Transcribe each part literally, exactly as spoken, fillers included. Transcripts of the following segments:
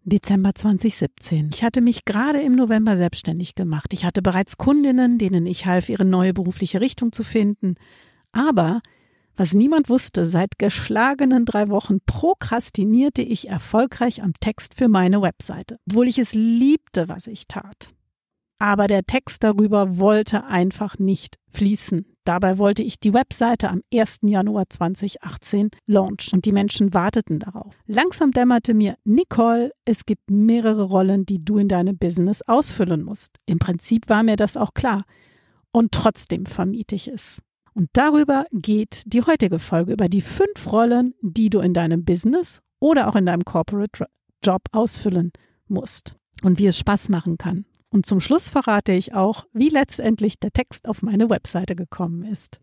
Dezember zwanzig siebzehn. Ich hatte mich gerade im November selbstständig gemacht. Ich hatte bereits Kundinnen, denen ich half, ihre neue berufliche Richtung zu finden. Aber was niemand wusste, seit geschlagenen drei Wochen prokrastinierte ich erfolgreich am Text für meine Webseite, obwohl ich es liebte, was ich tat. Aber der Text darüber wollte einfach nicht fließen. Dabei wollte ich die Webseite am ersten Januar zweitausendachtzehn launchen und die Menschen warteten darauf. Langsam dämmerte mir, Nicole, es gibt mehrere Rollen, die du in deinem Business ausfüllen musst. Im Prinzip war mir das auch klar und trotzdem vermied ich es. Und darüber geht die heutige Folge, über die fünf Rollen, die du in deinem Business oder auch in deinem Corporate Job ausfüllen musst und wie es Spaß machen kann. Und zum Schluss verrate ich auch, wie letztendlich der Text auf meine Webseite gekommen ist.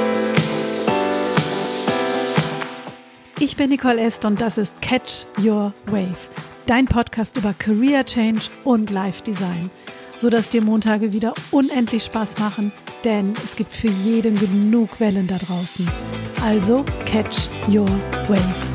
Ich bin Nicole Est und das ist Catch Your Wave, dein Podcast über Career Change und Life Design, sodass dir Montage wieder unendlich Spaß machen, denn es gibt für jeden genug Wellen da draußen. Also Catch Your Wave.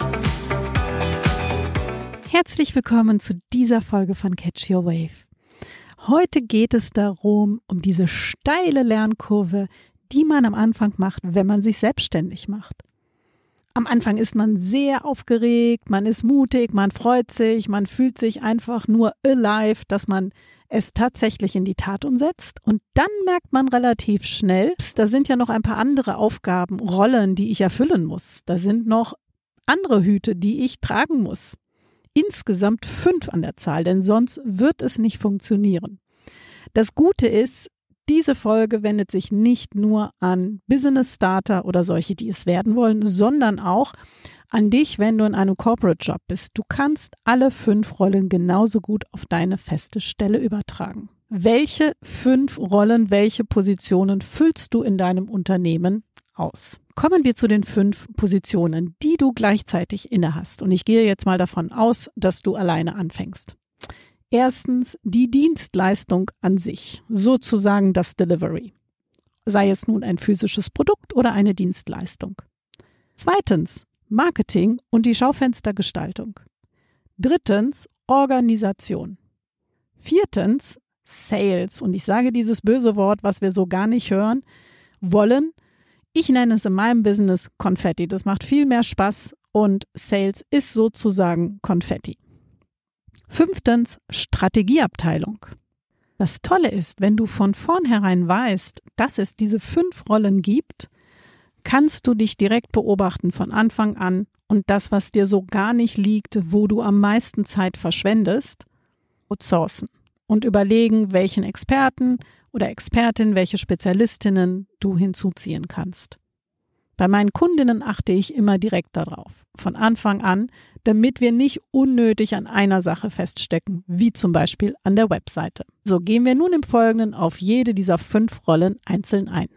Herzlich willkommen zu dieser Folge von Catch Your Wave. Heute geht es darum, um diese steile Lernkurve, die man am Anfang macht, wenn man sich selbstständig macht. Am Anfang ist man sehr aufgeregt, man ist mutig, man freut sich, man fühlt sich einfach nur alive, dass man es tatsächlich in die Tat umsetzt. Und dann merkt man relativ schnell, da sind ja noch ein paar andere Aufgaben, Rollen, die ich erfüllen muss. Da sind noch andere Hüte, die ich tragen muss. Insgesamt fünf an der Zahl, denn sonst wird es nicht funktionieren. Das Gute ist, diese Folge wendet sich nicht nur an Business Starter oder solche, die es werden wollen, sondern auch an dich, wenn du in einem Corporate Job bist. Du kannst alle fünf Rollen genauso gut auf deine feste Stelle übertragen. Welche fünf Rollen, welche Positionen füllst du in deinem Unternehmen aus? Kommen wir zu den fünf Positionen, die du gleichzeitig innehast. Und ich gehe jetzt mal davon aus, dass du alleine anfängst. Erstens die Dienstleistung an sich, sozusagen das Delivery. Sei es nun ein physisches Produkt oder eine Dienstleistung. Zweitens Marketing und die Schaufenstergestaltung. Drittens Organisation. Viertens Sales. Und ich sage dieses böse Wort, was wir so gar nicht hören wollen. Ich nenne es in meinem Business Konfetti. Das macht viel mehr Spaß und Sales ist sozusagen Konfetti. Fünftens, Strategieabteilung. Das Tolle ist, wenn du von vornherein weißt, dass es diese fünf Rollen gibt, kannst du dich direkt beobachten von Anfang an und das, was dir so gar nicht liegt, wo du am meisten Zeit verschwendest, outsourcen und überlegen, welchen Experten oder Expertin, welche Spezialistinnen du hinzuziehen kannst. Bei meinen Kundinnen achte ich immer direkt darauf, von Anfang an, damit wir nicht unnötig an einer Sache feststecken, wie zum Beispiel an der Webseite. So gehen wir nun im Folgenden auf jede dieser fünf Rollen einzeln ein.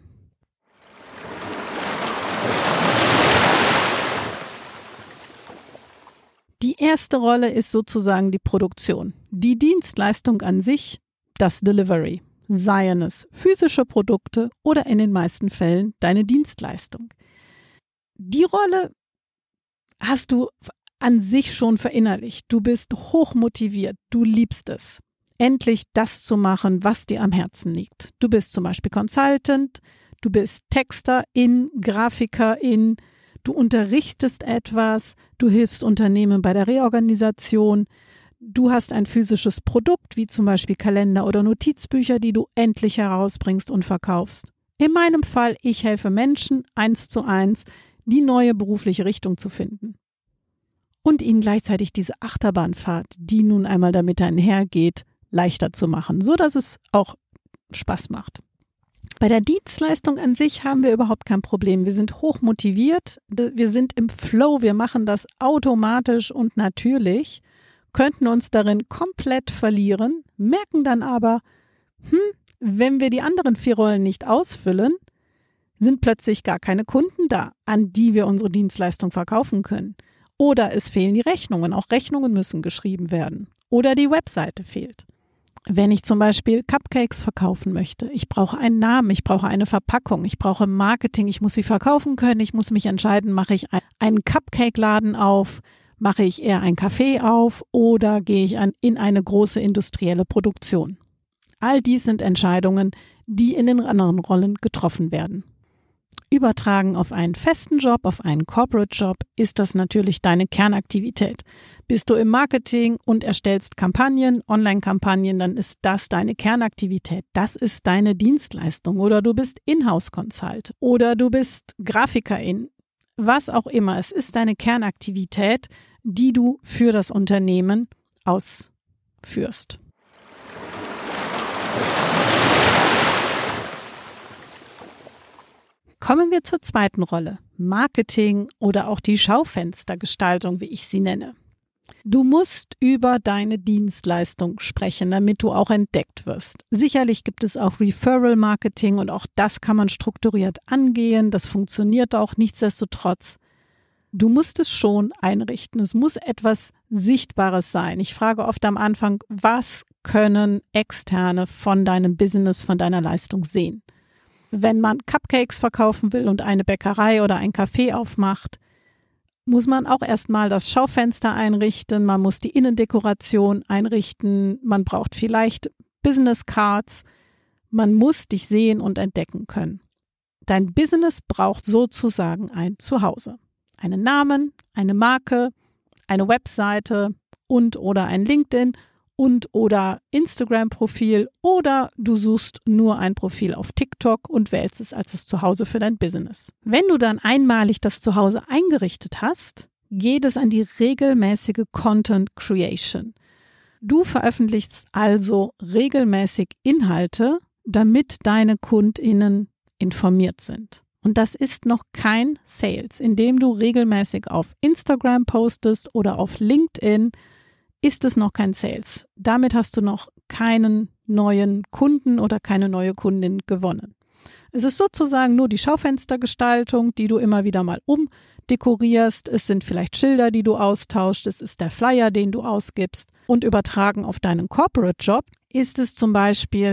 Die erste Rolle ist sozusagen die Produktion, die Dienstleistung an sich, das Delivery. Seien es physische Produkte oder in den meisten Fällen deine Dienstleistung. Die Rolle hast du an sich schon verinnerlicht. Du bist hochmotiviert, du liebst es, endlich das zu machen, was dir am Herzen liegt. Du bist zum Beispiel Consultant, du bist Texterin, Grafikerin, du unterrichtest etwas, du hilfst Unternehmen bei der Reorganisation. Du hast ein physisches Produkt, wie zum Beispiel Kalender oder Notizbücher, die du endlich herausbringst und verkaufst. In meinem Fall, ich helfe Menschen eins zu eins, die neue berufliche Richtung zu finden. Und ihnen gleichzeitig diese Achterbahnfahrt, die nun einmal damit einhergeht, leichter zu machen, so dass es auch Spaß macht. Bei der Dienstleistung an sich haben wir überhaupt kein Problem. Wir sind hoch motiviert, wir sind im Flow, wir machen das automatisch und natürlich, könnten uns darin komplett verlieren, merken dann aber, hm, wenn wir die anderen vier Rollen nicht ausfüllen, sind plötzlich gar keine Kunden da, an die wir unsere Dienstleistung verkaufen können. Oder es fehlen die Rechnungen, auch Rechnungen müssen geschrieben werden. Oder die Webseite fehlt. Wenn ich zum Beispiel Cupcakes verkaufen möchte, ich brauche einen Namen, ich brauche eine Verpackung, ich brauche Marketing, ich muss sie verkaufen können, ich muss mich entscheiden, mache ich einen Cupcake-Laden auf, Mache ich eher ein Café auf oder gehe ich an, in eine große industrielle Produktion? All dies sind Entscheidungen, die in den anderen Rollen getroffen werden. Übertragen auf einen festen Job, auf einen Corporate-Job, ist das natürlich deine Kernaktivität. Bist du im Marketing und erstellst Kampagnen, Online-Kampagnen, dann ist das deine Kernaktivität. Das ist deine Dienstleistung. Oder du bist Inhouse-Consult oder du bist Grafikerin. Was auch immer. Es ist deine Kernaktivität, die du für das Unternehmen ausführst. Kommen wir zur zweiten Rolle, Marketing oder auch die Schaufenstergestaltung, wie ich sie nenne. Du musst über deine Dienstleistung sprechen, damit du auch entdeckt wirst. Sicherlich gibt es auch Referral-Marketing und auch das kann man strukturiert angehen, das funktioniert auch, nichtsdestotrotz. Du musst es schon einrichten, es muss etwas Sichtbares sein. Ich frage oft am Anfang, was können Externe von deinem Business, von deiner Leistung sehen? Wenn man Cupcakes verkaufen will und eine Bäckerei oder ein Café aufmacht, muss man auch erstmal das Schaufenster einrichten, man muss die Innendekoration einrichten, man braucht vielleicht Business Cards, man muss dich sehen und entdecken können. Dein Business braucht sozusagen ein Zuhause. Einen Namen, eine Marke, eine Webseite und oder ein LinkedIn und oder Instagram-Profil oder du suchst nur ein Profil auf TikTok und wählst es als das Zuhause für dein Business. Wenn du dann einmalig das Zuhause eingerichtet hast, geht es an die regelmäßige Content Creation. Du veröffentlichst also regelmäßig Inhalte, damit deine KundInnen informiert sind. Und das ist noch kein Sales. Indem du regelmäßig auf Instagram postest oder auf LinkedIn, ist es noch kein Sales. Damit hast du noch keinen neuen Kunden oder keine neue Kundin gewonnen. Es ist sozusagen nur die Schaufenstergestaltung, die du immer wieder mal umdekorierst. Es sind vielleicht Schilder, die du austauschst. Es ist der Flyer, den du ausgibst. Und übertragen auf deinen Corporate-Job ist es zum Beispiel,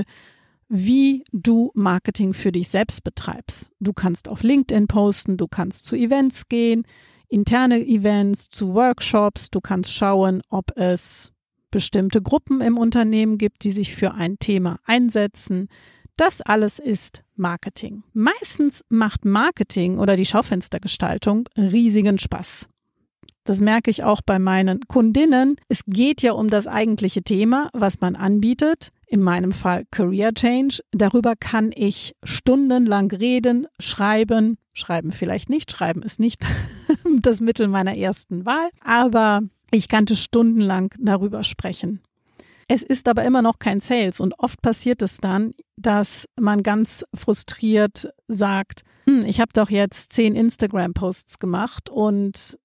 wie du Marketing für dich selbst betreibst. Du kannst auf LinkedIn posten, du kannst zu Events gehen, interne Events, zu Workshops. Du kannst schauen, ob es bestimmte Gruppen im Unternehmen gibt, die sich für ein Thema einsetzen. Das alles ist Marketing. Meistens macht Marketing oder die Schaufenstergestaltung riesigen Spaß. Das merke ich auch bei meinen Kundinnen. Es geht ja um das eigentliche Thema, was man anbietet. In meinem Fall Career Change. Darüber kann ich stundenlang reden, schreiben. Schreiben vielleicht nicht, schreiben ist nicht das Mittel meiner ersten Wahl. Aber ich kannte stundenlang darüber sprechen. Es ist aber immer noch kein Sales und oft passiert es dann, dass man ganz frustriert sagt, hm, ich habe doch jetzt zehn Instagram-Posts gemacht und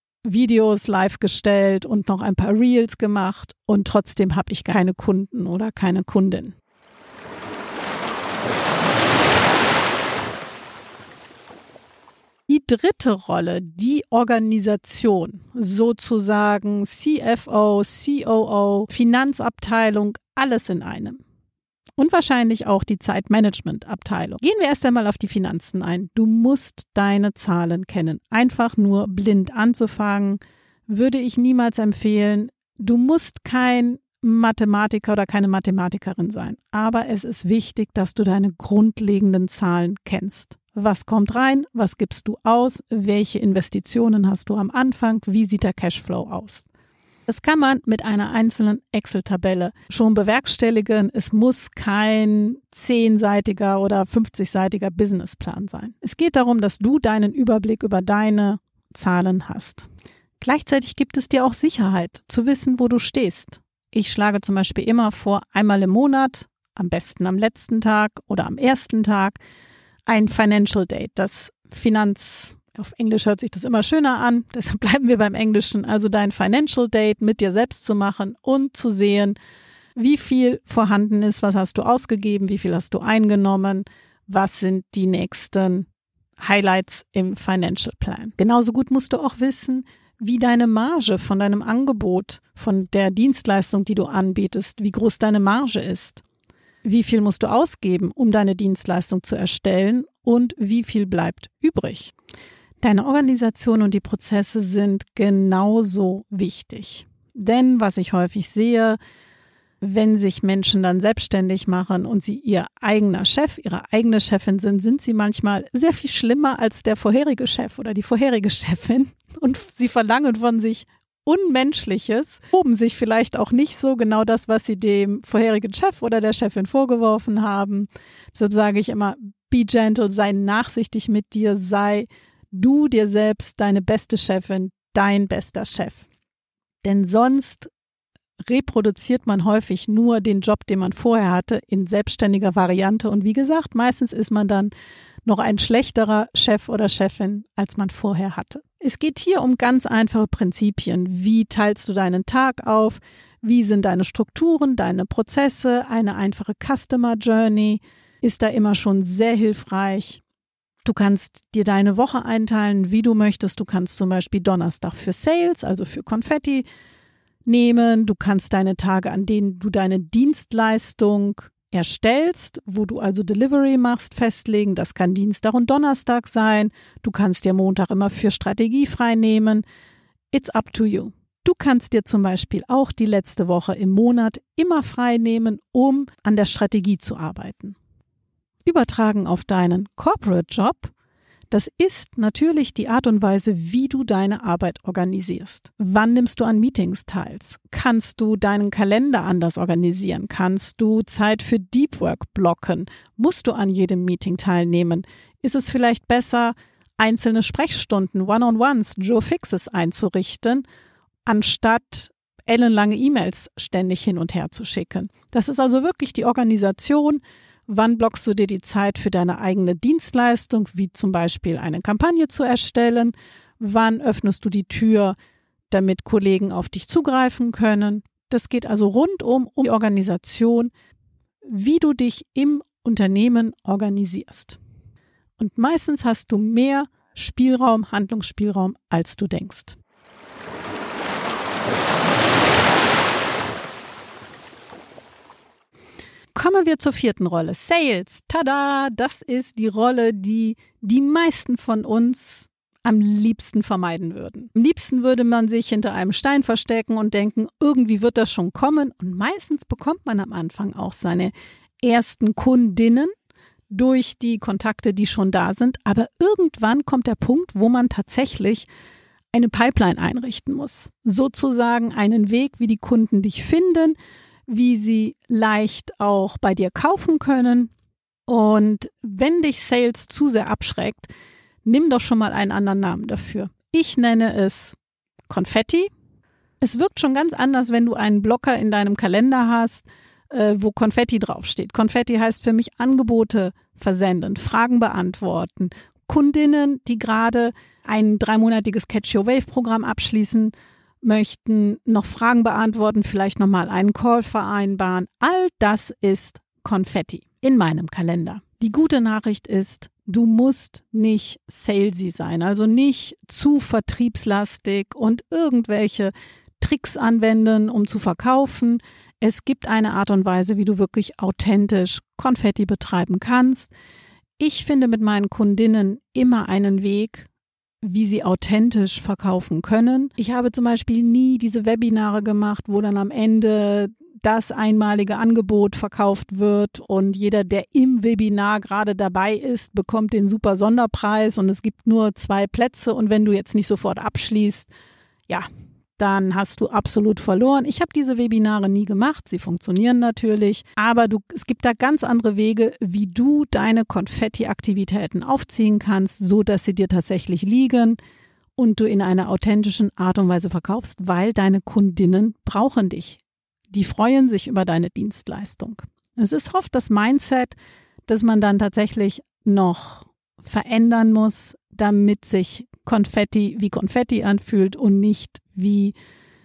Videos live gestellt und noch ein paar Reels gemacht und trotzdem habe ich keine Kunden oder keine Kundin. Die dritte Rolle, die Organisation, sozusagen C F O, C O O, Finanzabteilung, alles in einem. Und wahrscheinlich auch die Zeitmanagement-Abteilung. Gehen wir erst einmal auf die Finanzen ein. Du musst deine Zahlen kennen. Einfach nur blind anzufangen, würde ich niemals empfehlen. Du musst kein Mathematiker oder keine Mathematikerin sein. Aber es ist wichtig, dass du deine grundlegenden Zahlen kennst. Was kommt rein? Was gibst du aus? Welche Investitionen hast du am Anfang? Wie sieht der Cashflow aus? Das kann man mit einer einzelnen Excel-Tabelle schon bewerkstelligen. Es muss kein zehnseitiger oder fünfzigseitiger Businessplan sein. Es geht darum, dass du deinen Überblick über deine Zahlen hast. Gleichzeitig gibt es dir auch Sicherheit, zu wissen, wo du stehst. Ich schlage zum Beispiel immer vor, einmal im Monat, am besten am letzten Tag oder am ersten Tag, ein Financial Date, das Finanz Auf Englisch hört sich das immer schöner an, deshalb bleiben wir beim Englischen. Also dein Financial Date mit dir selbst zu machen und zu sehen, wie viel vorhanden ist, was hast du ausgegeben, wie viel hast du eingenommen, was sind die nächsten Highlights im Financial Plan. Genauso gut musst du auch wissen, wie deine Marge von deinem Angebot, von der Dienstleistung, die du anbietest, wie groß deine Marge ist. Wie viel musst du ausgeben, um deine Dienstleistung zu erstellen und wie viel bleibt übrig? Deine Organisation und die Prozesse sind genauso wichtig. Denn was ich häufig sehe, wenn sich Menschen dann selbstständig machen und sie ihr eigener Chef, ihre eigene Chefin sind, sind sie manchmal sehr viel schlimmer als der vorherige Chef oder die vorherige Chefin. Und sie verlangen von sich Unmenschliches, hoben sich vielleicht auch nicht so genau das, was sie dem vorherigen Chef oder der Chefin vorgeworfen haben. Deshalb sage ich immer, be gentle, sei nachsichtig mit dir, sei du dir selbst deine beste Chefin, dein bester Chef. Denn sonst reproduziert man häufig nur den Job, den man vorher hatte, in selbstständiger Variante. Und wie gesagt, meistens ist man dann noch ein schlechterer Chef oder Chefin, als man vorher hatte. Es geht hier um ganz einfache Prinzipien. Wie teilst du deinen Tag auf? Wie sind deine Strukturen, deine Prozesse? Eine einfache Customer Journey ist da immer schon sehr hilfreich. Du kannst dir deine Woche einteilen, wie du möchtest. Du kannst zum Beispiel Donnerstag für Sales, also für Konfetti, nehmen. Du kannst deine Tage, an denen du deine Dienstleistung erstellst, wo du also Delivery machst, festlegen. Das kann Dienstag und Donnerstag sein. Du kannst dir Montag immer für Strategie frei nehmen. It's up to you. Du kannst dir zum Beispiel auch die letzte Woche im Monat immer frei nehmen, um an der Strategie zu arbeiten. Übertragen auf deinen Corporate-Job, das ist natürlich die Art und Weise, wie du deine Arbeit organisierst. Wann nimmst du an Meetings teil? Kannst du deinen Kalender anders organisieren? Kannst du Zeit für Deep Work blocken? Musst du an jedem Meeting teilnehmen? Ist es vielleicht besser, einzelne Sprechstunden, One-on-Ones, Joe Fixes einzurichten, anstatt ellenlange E-Mails ständig hin und her zu schicken? Das ist also wirklich die Organisation. Wann blockst du dir die Zeit für deine eigene Dienstleistung, wie zum Beispiel eine Kampagne zu erstellen? Wann öffnest du die Tür, damit Kollegen auf dich zugreifen können? Das geht also rundum um die Organisation, wie du dich im Unternehmen organisierst. Und meistens hast du mehr Spielraum, Handlungsspielraum, als du denkst. Kommen wir zur vierten Rolle. Sales. Tada! Das ist die Rolle, die die meisten von uns am liebsten vermeiden würden. Am liebsten würde man sich hinter einem Stein verstecken und denken, irgendwie wird das schon kommen. Und meistens bekommt man am Anfang auch seine ersten Kundinnen durch die Kontakte, die schon da sind. Aber irgendwann kommt der Punkt, wo man tatsächlich eine Pipeline einrichten muss. Sozusagen einen Weg, wie die Kunden dich finden, wie sie leicht auch bei dir kaufen können. Und wenn dich Sales zu sehr abschreckt, nimm doch schon mal einen anderen Namen dafür. Ich nenne es Konfetti. Es wirkt schon ganz anders, wenn du einen Blocker in deinem Kalender hast, äh, wo Konfetti draufsteht. Konfetti heißt für mich Angebote versenden, Fragen beantworten, Kundinnen, die gerade ein dreimonatiges Catch Your Wave Programm abschließen möchten, noch Fragen beantworten, vielleicht nochmal einen Call vereinbaren. All das ist Konfetti in meinem Kalender. Die gute Nachricht ist, du musst nicht salesy sein, also nicht zu vertriebslastig und irgendwelche Tricks anwenden, um zu verkaufen. Es gibt eine Art und Weise, wie du wirklich authentisch Konfetti betreiben kannst. Ich finde mit meinen Kundinnen immer einen Weg, wie sie authentisch verkaufen können. Ich habe zum Beispiel nie diese Webinare gemacht, wo dann am Ende das einmalige Angebot verkauft wird und jeder, der im Webinar gerade dabei ist, bekommt den super Sonderpreis und es gibt nur zwei Plätze und wenn du jetzt nicht sofort abschließt, ja, dann hast du absolut verloren. Ich habe diese Webinare nie gemacht, sie funktionieren natürlich, aber du, es gibt da ganz andere Wege, wie du deine Konfetti-Aktivitäten aufziehen kannst, so dass sie dir tatsächlich liegen und du in einer authentischen Art und Weise verkaufst, weil deine Kundinnen brauchen dich. Die freuen sich über deine Dienstleistung. Es ist oft das Mindset, das man dann tatsächlich noch verändern muss, damit sich Konfetti wie Konfetti anfühlt und nicht wie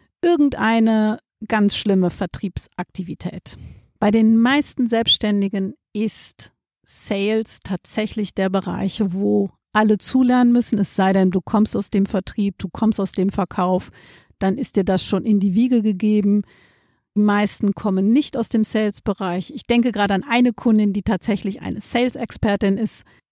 irgendeine ganz schlimme Vertriebsaktivität. Bei den meisten Selbstständigen ist Sales tatsächlich der Bereich, wo alle zulernen müssen, es sei denn, du kommst aus dem Vertrieb, du kommst aus dem Verkauf, dann ist dir das schon in die Wiege gegeben. Die meisten kommen nicht aus dem Sales-Bereich. Ich denke gerade an eine Kundin, die tatsächlich eine Sales-Expertin ist.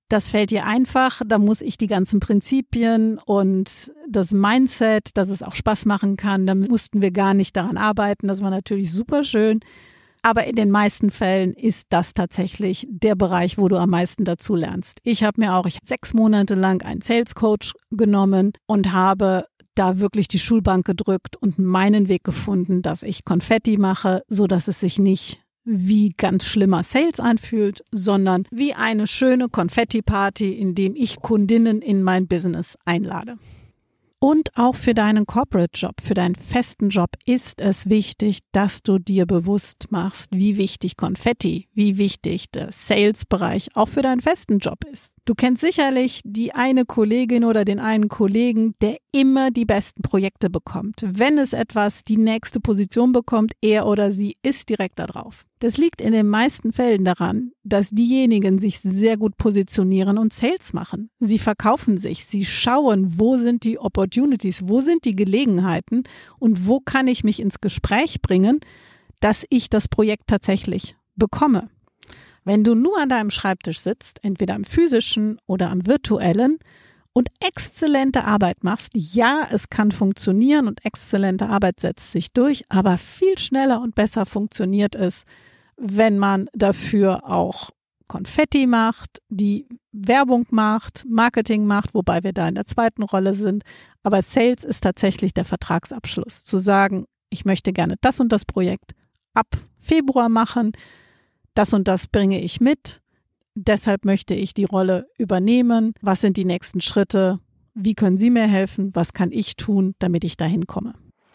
Das fällt dir einfach, da muss ich die ganzen Prinzipien und das Mindset, dass es auch Spaß machen kann, da mussten wir gar nicht daran arbeiten. Das war natürlich super schön. Aber in den meisten Fällen ist das tatsächlich der Bereich, wo du am meisten dazu lernst. Ich habe mir auch ich sechs Monate lang einen Sales Coach genommen und habe da wirklich die Schulbank gedrückt und meinen Weg gefunden, dass ich Konfetti mache, so dass es sich nicht wie ganz schlimmer Sales anfühlt, sondern wie eine schöne Konfetti-Party, in dem ich Kundinnen in mein Business einlade. Und auch für deinen Corporate-Job, für deinen festen Job ist es wichtig, dass du dir bewusst machst, wie wichtig Konfetti, wie wichtig der Sales-Bereich auch für deinen festen Job ist. Du kennst sicherlich die eine Kollegin oder den einen Kollegen, der immer die besten Projekte bekommt. Wenn es etwas die nächste Position bekommt, er oder sie ist direkt da drauf. Das liegt in den meisten Fällen daran, dass diejenigen sich sehr gut positionieren und Sales machen. Sie verkaufen sich, sie schauen, wo sind die Opportunities, wo sind die Gelegenheiten und wo kann ich mich ins Gespräch bringen, dass ich das Projekt tatsächlich bekomme. Wenn du nur an deinem Schreibtisch sitzt, entweder am physischen oder am virtuellen, und exzellente Arbeit machst, ja, es kann funktionieren und exzellente Arbeit setzt sich durch, aber viel schneller und besser funktioniert es, wenn man dafür auch Konfetti macht, die Werbung macht, Marketing macht, wobei wir da in der zweiten Rolle sind. Aber Sales ist tatsächlich der Vertragsabschluss. Zu sagen, ich möchte gerne das und das Projekt ab Februar machen, das und das bringe ich mit. Deshalb möchte ich die Rolle übernehmen. Was sind die nächsten Schritte? Wie können Sie mir helfen? Was kann ich tun, damit ich dahin komme?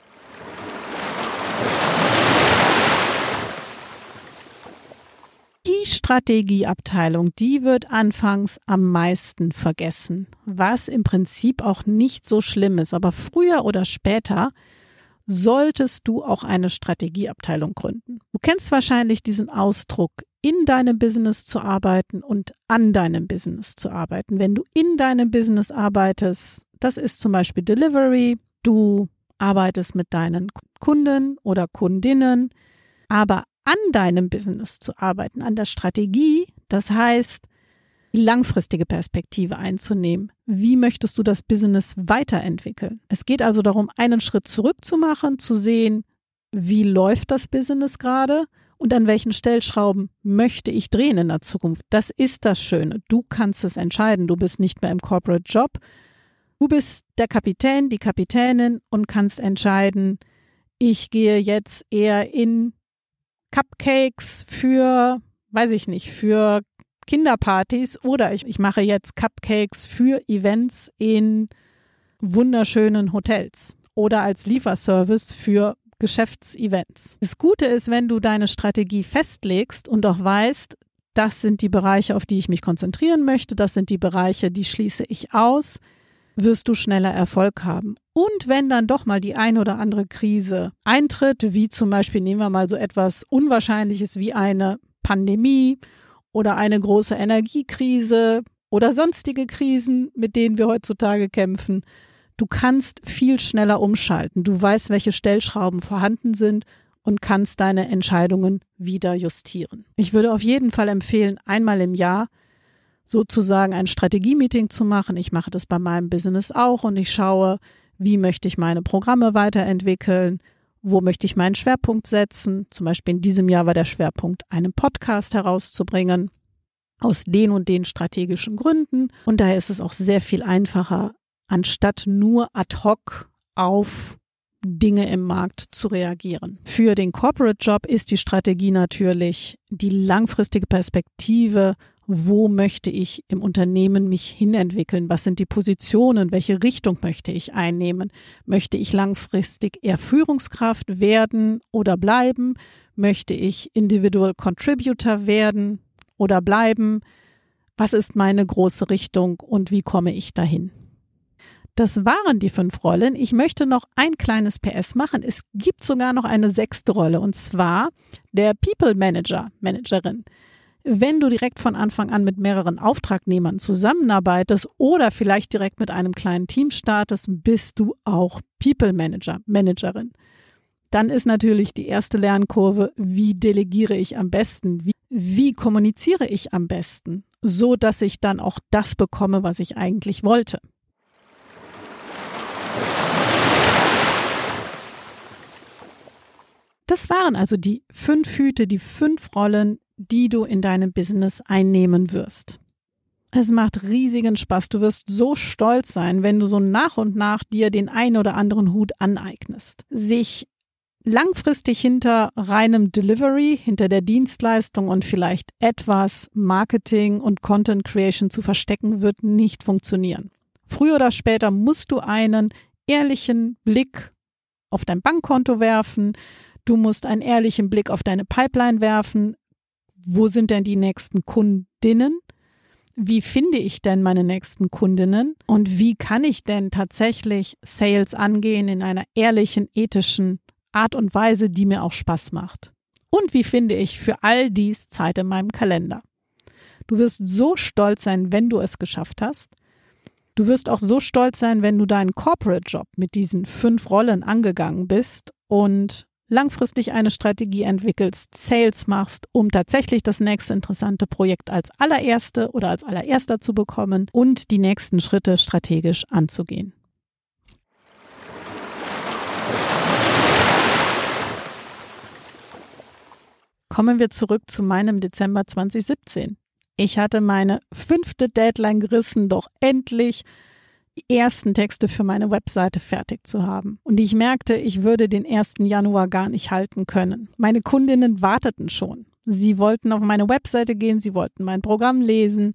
Die Strategieabteilung, die wird anfangs am meisten vergessen, was im Prinzip auch nicht so schlimm ist. Aber früher oder später solltest du auch eine Strategieabteilung gründen. Du kennst wahrscheinlich diesen Ausdruck, in deinem Business zu arbeiten und an deinem Business zu arbeiten. Wenn du in deinem Business arbeitest, das ist zum Beispiel Delivery, du arbeitest mit deinen Kunden oder Kundinnen, aber an deinem Business zu arbeiten, an der Strategie, das heißt, die langfristige Perspektive einzunehmen. Wie möchtest du das Business weiterentwickeln? Es geht also darum, einen Schritt zurück zu machen, zu sehen, wie läuft das Business gerade und an welchen Stellschrauben möchte ich drehen in der Zukunft. Das ist das Schöne. Du kannst es entscheiden. Du bist nicht mehr im Corporate Job. Du bist der Kapitän, die Kapitänin und kannst entscheiden, ich gehe jetzt eher in Cupcakes für, weiß ich nicht, für Kinderpartys oder ich, ich mache jetzt Cupcakes für Events in wunderschönen Hotels oder als Lieferservice für Geschäftsevents. Das Gute ist, wenn du deine Strategie festlegst und auch weißt, das sind die Bereiche, auf die ich mich konzentrieren möchte, das sind die Bereiche, die schließe ich aus, wirst du schneller Erfolg haben. Und wenn dann doch mal die ein oder andere Krise eintritt, wie zum Beispiel, nehmen wir mal so etwas Unwahrscheinliches wie eine Pandemie oder eine große Energiekrise oder sonstige Krisen, mit denen wir heutzutage kämpfen, du kannst viel schneller umschalten. Du weißt, welche Stellschrauben vorhanden sind und kannst deine Entscheidungen wieder justieren. Ich würde auf jeden Fall empfehlen, einmal im Jahr sozusagen ein Strategie-Meeting zu machen. Ich mache das bei meinem Business auch und ich schaue, wie möchte ich meine Programme weiterentwickeln, wo möchte ich meinen Schwerpunkt setzen. Zum Beispiel in diesem Jahr war der Schwerpunkt, einen Podcast herauszubringen, aus den und den strategischen Gründen. Und daher ist es auch sehr viel einfacher, anstatt nur ad hoc auf Dinge im Markt zu reagieren. Für den Corporate Job ist die Strategie natürlich die langfristige Perspektive. Wo möchte ich im Unternehmen mich hinentwickeln? Was sind die Positionen? Welche Richtung möchte ich einnehmen? Möchte ich langfristig eher Führungskraft werden oder bleiben? Möchte ich Individual Contributor werden oder bleiben? Was ist meine große Richtung und wie komme ich dahin? Das waren die fünf Rollen. Ich möchte noch ein kleines P S machen. Es gibt sogar noch eine sechste Rolle und zwar der People Manager, Managerin. Wenn du direkt von Anfang an mit mehreren Auftragnehmern zusammenarbeitest oder vielleicht direkt mit einem kleinen Team startest, bist du auch People Manager, Managerin. Dann ist natürlich die erste Lernkurve, wie delegiere ich am besten? Wie, wie kommuniziere ich am besten? so dass ich dann auch das bekomme, was ich eigentlich wollte. Das waren also die fünf Hüte, die fünf Rollen, die du in deinem Business einnehmen wirst. Es macht riesigen Spaß. Du wirst so stolz sein, wenn du so nach und nach dir den einen oder anderen Hut aneignest. Sich langfristig hinter reinem Delivery, hinter der Dienstleistung und vielleicht etwas Marketing und Content Creation zu verstecken, wird nicht funktionieren. Früher oder später musst du einen ehrlichen Blick auf dein Bankkonto werfen. Du musst einen ehrlichen Blick auf deine Pipeline werfen. Wo sind denn die nächsten Kundinnen? Wie finde ich denn meine nächsten Kundinnen? Und wie kann ich denn tatsächlich Sales angehen in einer ehrlichen, ethischen Art und Weise, die mir auch Spaß macht? Und wie finde ich für all dies Zeit in meinem Kalender? Du wirst so stolz sein, wenn du es geschafft hast. Du wirst auch so stolz sein, wenn du deinen Corporate-Job mit diesen fünf Rollen angegangen bist und langfristig eine Strategie entwickelst, Sales machst, um tatsächlich das nächste interessante Projekt als allererste oder als allererster zu bekommen und die nächsten Schritte strategisch anzugehen. Kommen wir zurück zu meinem Dezember zwanzig siebzehn. Ich hatte meine fünfte Deadline gerissen, doch endlich die ersten Texte für meine Webseite fertig zu haben. Und ich merkte, ich würde den ersten Januar gar nicht halten können. Meine Kundinnen warteten schon. Sie wollten auf meine Webseite gehen, sie wollten mein Programm lesen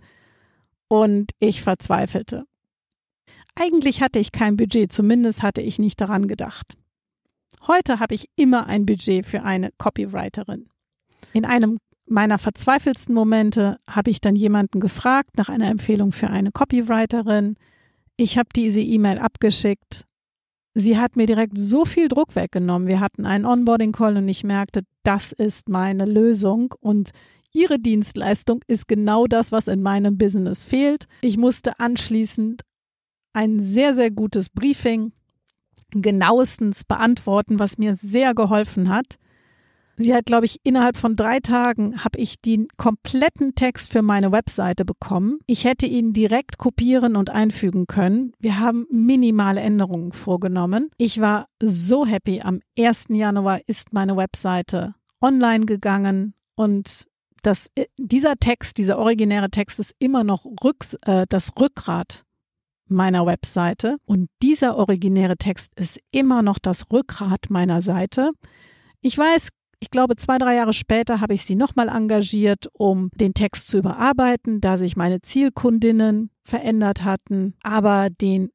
und ich verzweifelte. Eigentlich hatte ich kein Budget, zumindest hatte ich nicht daran gedacht. Heute habe ich immer ein Budget für eine Copywriterin. In einem meiner verzweifelsten Momente habe ich dann jemanden gefragt nach einer Empfehlung für eine Copywriterin. Ich habe diese E-Mail abgeschickt. Sie hat mir direkt so viel Druck weggenommen. Wir hatten einen Onboarding-Call und ich merkte, das ist meine Lösung und ihre Dienstleistung ist genau das, was in meinem Business fehlt. Ich musste anschließend ein sehr, sehr gutes Briefing genauestens beantworten, was mir sehr geholfen hat. Sie hat, glaube ich, innerhalb von drei Tagen habe ich den kompletten Text für meine Webseite bekommen. Ich hätte ihn direkt kopieren und einfügen können. Wir haben minimale Änderungen vorgenommen. Ich war so happy. Am ersten Januar ist meine Webseite online gegangen und das, dieser Text, dieser originäre Text ist immer noch rücks, äh, das Rückgrat meiner Webseite und dieser originäre Text ist immer noch das Rückgrat meiner Seite. Ich weiß, Ich glaube, zwei, drei Jahre später habe ich sie nochmal engagiert, um den Text zu überarbeiten, da sich meine Zielkundinnen verändert hatten. Aber den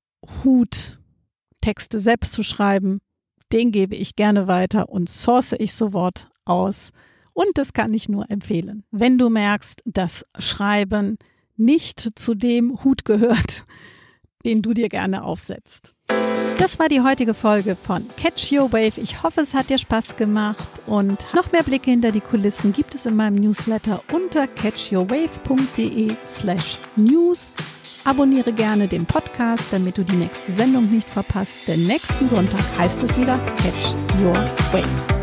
Hut, Texte selbst zu schreiben, den gebe ich gerne weiter und source ich sofort aus. Und das kann ich nur empfehlen. Wenn du merkst, dass Schreiben nicht zu dem Hut gehört, den du dir gerne aufsetzt. Das war die heutige Folge von Catch Your Wave. Ich hoffe, es hat dir Spaß gemacht und noch mehr Blicke hinter die Kulissen gibt es in meinem Newsletter unter catchyourwave.de slash news. Abonniere gerne den Podcast, damit du die nächste Sendung nicht verpasst, denn nächsten Sonntag heißt es wieder Catch Your Wave.